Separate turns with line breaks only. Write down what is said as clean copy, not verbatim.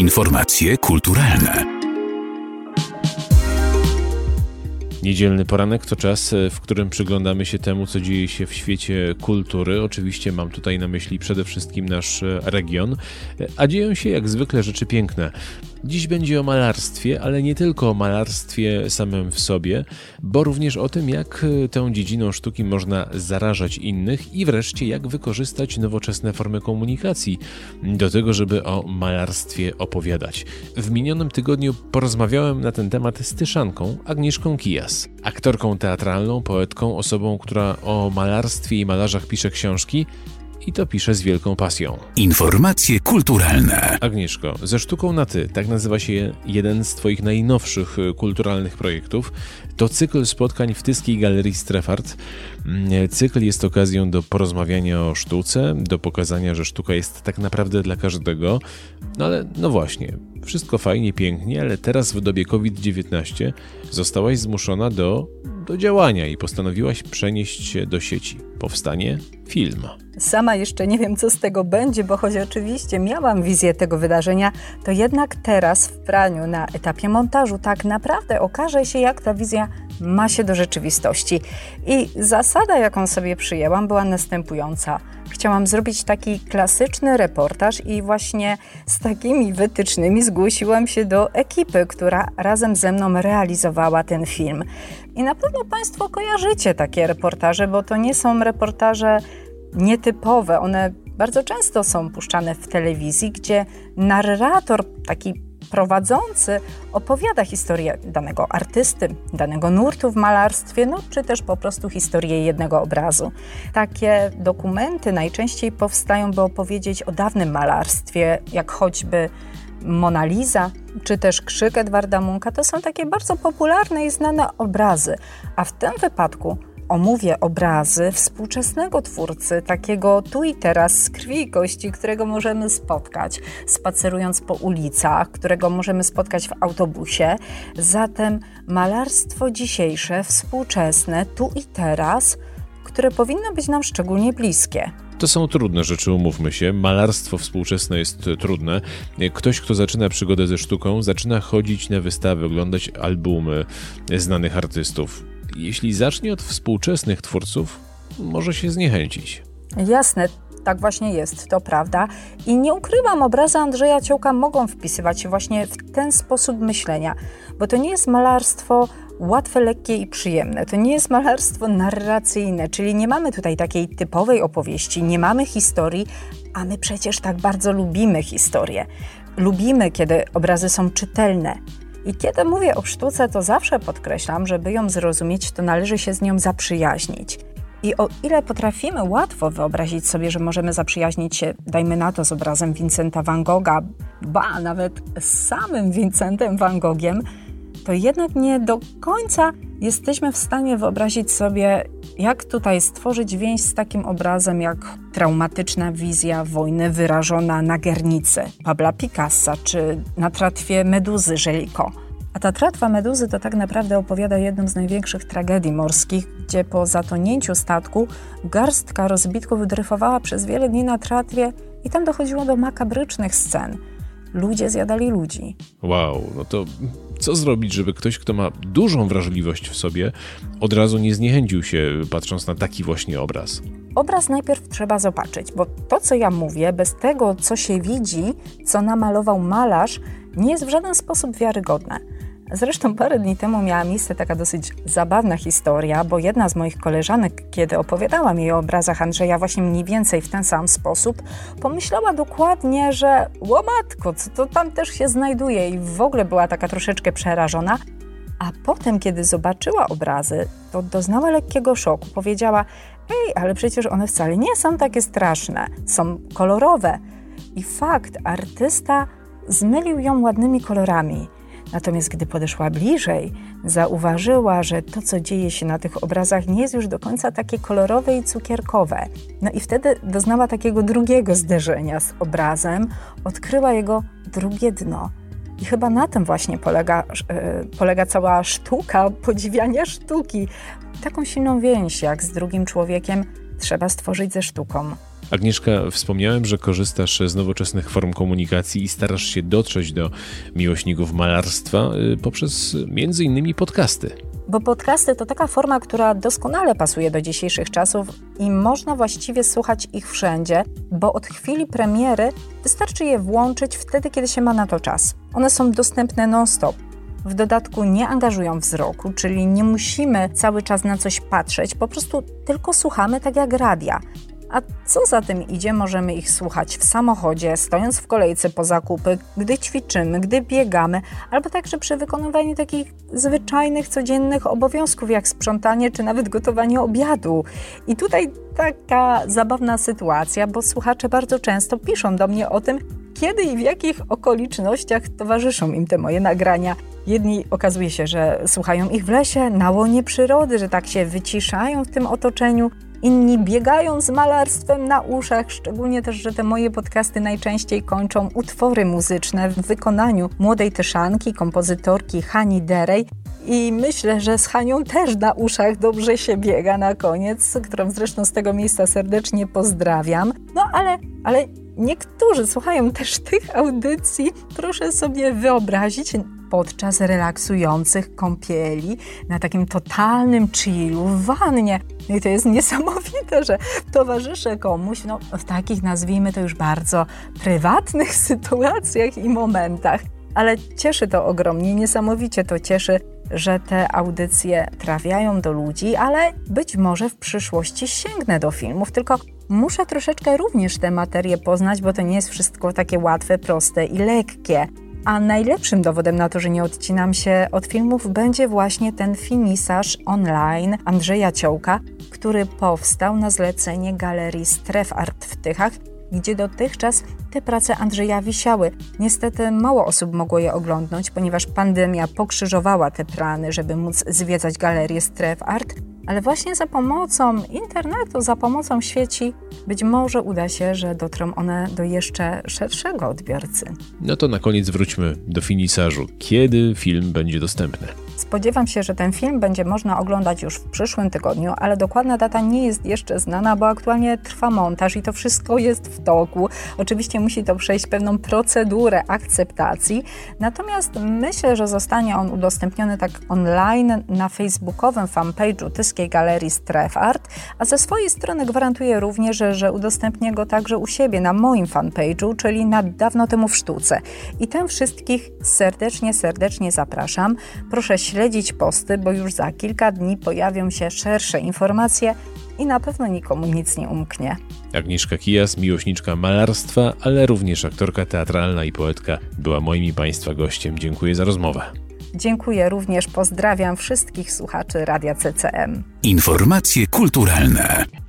Informacje kulturalne.
Niedzielny poranek to czas, w którym przyglądamy się temu, co dzieje się w świecie kultury. Oczywiście mam tutaj na myśli przede wszystkim nasz region, a dzieją się jak zwykle rzeczy piękne. Dziś będzie o malarstwie, ale nie tylko o malarstwie samym w sobie, bo również o tym, jak tą dziedziną sztuki można zarażać innych i wreszcie jak wykorzystać nowoczesne formy komunikacji do tego, żeby o malarstwie opowiadać. W minionym tygodniu porozmawiałem na ten temat z Tyszanką Agnieszką Kijas, aktorką teatralną, poetką, osobą, która o malarstwie i malarzach pisze książki, i to pisze z wielką pasją.
Informacje kulturalne.
Agnieszko, ze sztuką na ty, tak nazywa się jeden z twoich najnowszych kulturalnych projektów. To cykl spotkań w Tyskiej Galerii Strefart. Cykl jest okazją do porozmawiania o sztuce, do pokazania, że sztuka jest tak naprawdę dla każdego. No ale no właśnie, wszystko fajnie, pięknie, ale teraz w dobie COVID-19 zostałaś zmuszona do działania i postanowiłaś przenieść się do sieci. Powstanie film.
Sama jeszcze nie wiem, co z tego będzie, bo choć oczywiście miałam wizję tego wydarzenia, to jednak teraz w praniu na etapie montażu tak naprawdę okaże się, jak ta wizja ma się do rzeczywistości. I zasada, jaką sobie przyjęłam, była następująca. Chciałam zrobić taki klasyczny reportaż i właśnie z takimi wytycznymi zgłosiłam się do ekipy, która razem ze mną realizowała ten film. I na pewno Państwo kojarzycie takie reportaże, bo to nie są reportaże nietypowe. One bardzo często są puszczane w telewizji, gdzie narrator, taki prowadzący, opowiada historię danego artysty, danego nurtu w malarstwie, czy też po prostu historię jednego obrazu. Takie dokumenty najczęściej powstają, by opowiedzieć o dawnym malarstwie, jak choćby Mona Lisa, czy też Krzyk Edwarda Munka. To są takie bardzo popularne i znane obrazy, a w tym wypadku omówię obrazy współczesnego twórcy, takiego tu i teraz z krwi i kości, którego możemy spotkać spacerując po ulicach, którego możemy spotkać w autobusie. Zatem malarstwo dzisiejsze, współczesne, tu i teraz, które powinno być nam szczególnie bliskie.
To są trudne rzeczy, umówmy się. Malarstwo współczesne jest trudne. Ktoś, kto zaczyna przygodę ze sztuką, zaczyna chodzić na wystawy, oglądać albumy znanych artystów. Jeśli zacznie od współczesnych twórców, może się zniechęcić.
Jasne, tak właśnie jest, to prawda. I nie ukrywam, obrazy Andrzeja Ciołka mogą wpisywać się właśnie w ten sposób myślenia, bo to nie jest malarstwo łatwe, lekkie i przyjemne. To nie jest malarstwo narracyjne, czyli nie mamy tutaj takiej typowej opowieści, nie mamy historii, a my przecież tak bardzo lubimy historię. Lubimy, kiedy obrazy są czytelne. I kiedy mówię o sztuce, to zawsze podkreślam, żeby ją zrozumieć, to należy się z nią zaprzyjaźnić. I o ile potrafimy łatwo wyobrazić sobie, że możemy zaprzyjaźnić się, dajmy na to, z obrazem Vincenta van Gogha, nawet z samym Vincentem van Gogiem, to jednak nie do końca jesteśmy w stanie wyobrazić sobie, jak tutaj stworzyć więź z takim obrazem jak traumatyczna wizja wojny wyrażona na Guernicy Pabla Picassa czy na tratwie Meduzy Géricault. A ta tratwa Meduzy to tak naprawdę opowiada jedną z największych tragedii morskich, gdzie po zatonięciu statku garstka rozbitków dryfowała przez wiele dni na tratwie i tam dochodziło do makabrycznych scen. Ludzie zjadali ludzi.
Wow, no to co zrobić, żeby ktoś, kto ma dużą wrażliwość w sobie, od razu nie zniechęcił się, patrząc na taki właśnie obraz?
Obraz najpierw trzeba zobaczyć, bo to, co ja mówię, bez tego, co się widzi, co namalował malarz, nie jest w żaden sposób wiarygodne. Zresztą parę dni temu miała miejsce taka dosyć zabawna historia, bo jedna z moich koleżanek, kiedy opowiadałam jej o obrazach Andrzeja właśnie mniej więcej w ten sam sposób, pomyślała dokładnie, że łomatko, co to tam też się znajduje i w ogóle była taka troszeczkę przerażona. A potem, kiedy zobaczyła obrazy, to doznała lekkiego szoku. Powiedziała, ale przecież one wcale nie są takie straszne, są kolorowe. I fakt, artysta zmylił ją ładnymi kolorami. Natomiast gdy podeszła bliżej, zauważyła, że to, co dzieje się na tych obrazach, nie jest już do końca takie kolorowe i cukierkowe. No i wtedy doznała takiego drugiego zderzenia z obrazem, odkryła jego drugie dno. I chyba na tym właśnie polega cała sztuka, podziwiania sztuki. Taką silną więź, jak z drugim człowiekiem, trzeba stworzyć ze sztuką.
Agnieszka, wspomniałem, że korzystasz z nowoczesnych form komunikacji i starasz się dotrzeć do miłośników malarstwa poprzez między innymi podcasty.
Bo podcasty to taka forma, która doskonale pasuje do dzisiejszych czasów i można właściwie słuchać ich wszędzie, bo od chwili premiery wystarczy je włączyć wtedy, kiedy się ma na to czas. One są dostępne non-stop. W dodatku nie angażują wzroku, czyli nie musimy cały czas na coś patrzeć, po prostu tylko słuchamy tak jak radia. A co za tym idzie, możemy ich słuchać w samochodzie, stojąc w kolejce po zakupy, gdy ćwiczymy, gdy biegamy, albo także przy wykonywaniu takich zwyczajnych, codziennych obowiązków, jak sprzątanie czy nawet gotowanie obiadu. I tutaj taka zabawna sytuacja, bo słuchacze bardzo często piszą do mnie o tym, kiedy i w jakich okolicznościach towarzyszą im te moje nagrania. Jedni okazuje się, że słuchają ich w lesie, na łonie przyrody, że tak się wyciszają w tym otoczeniu. Inni biegają z malarstwem na uszach, szczególnie też, że te moje podcasty najczęściej kończą utwory muzyczne w wykonaniu młodej Tyszanki, kompozytorki Hani Derej. I myślę, że z Hanią też na uszach dobrze się biega na koniec, którą zresztą z tego miejsca serdecznie pozdrawiam. No ale niektórzy słuchają też tych audycji, proszę sobie wyobrazić, podczas relaksujących kąpieli, na takim totalnym chillu w wannie. I to jest niesamowite, że towarzyszę komuś, w takich, nazwijmy to już bardzo prywatnych sytuacjach i momentach. Ale cieszy to ogromnie, niesamowicie to cieszy, że te audycje trafiają do ludzi, ale być może w przyszłości sięgnę do filmów, tylko muszę troszeczkę również te materie poznać, bo to nie jest wszystko takie łatwe, proste i lekkie. A najlepszym dowodem na to, że nie odcinam się od filmów, będzie właśnie ten finisaż online Andrzeja Ciołka, który powstał na zlecenie Galerii Stref Art w Tychach, gdzie dotychczas te prace Andrzeja wisiały. Niestety mało osób mogło je oglądnąć, ponieważ pandemia pokrzyżowała te plany, żeby móc zwiedzać Galerię Stref Art, ale właśnie za pomocą internetu, za pomocą sieci być może uda się, że dotrą one do jeszcze szerszego odbiorcy.
No to na koniec wróćmy do finisażu. Kiedy film będzie dostępny?
Spodziewam się, że ten film będzie można oglądać już w przyszłym tygodniu, ale dokładna data nie jest jeszcze znana, bo aktualnie trwa montaż i to wszystko jest w toku. Oczywiście musi to przejść pewną procedurę akceptacji, natomiast myślę, że zostanie on udostępniony tak online na facebookowym fanpage'u Tyskiej Galerii Stref Art, a ze swojej strony gwarantuję również, że udostępnię go także u siebie na moim fanpage'u, czyli na Dawno temu w sztuce. I tam wszystkich serdecznie zapraszam. Proszę śledzić posty, bo już za kilka dni pojawią się szersze informacje i na pewno nikomu nic nie umknie.
Agnieszka Kijas, miłośniczka malarstwa, ale również aktorka teatralna i poetka, była moim i Państwa gościem. Dziękuję za rozmowę.
Dziękuję również, pozdrawiam wszystkich słuchaczy Radia CCM.
Informacje kulturalne.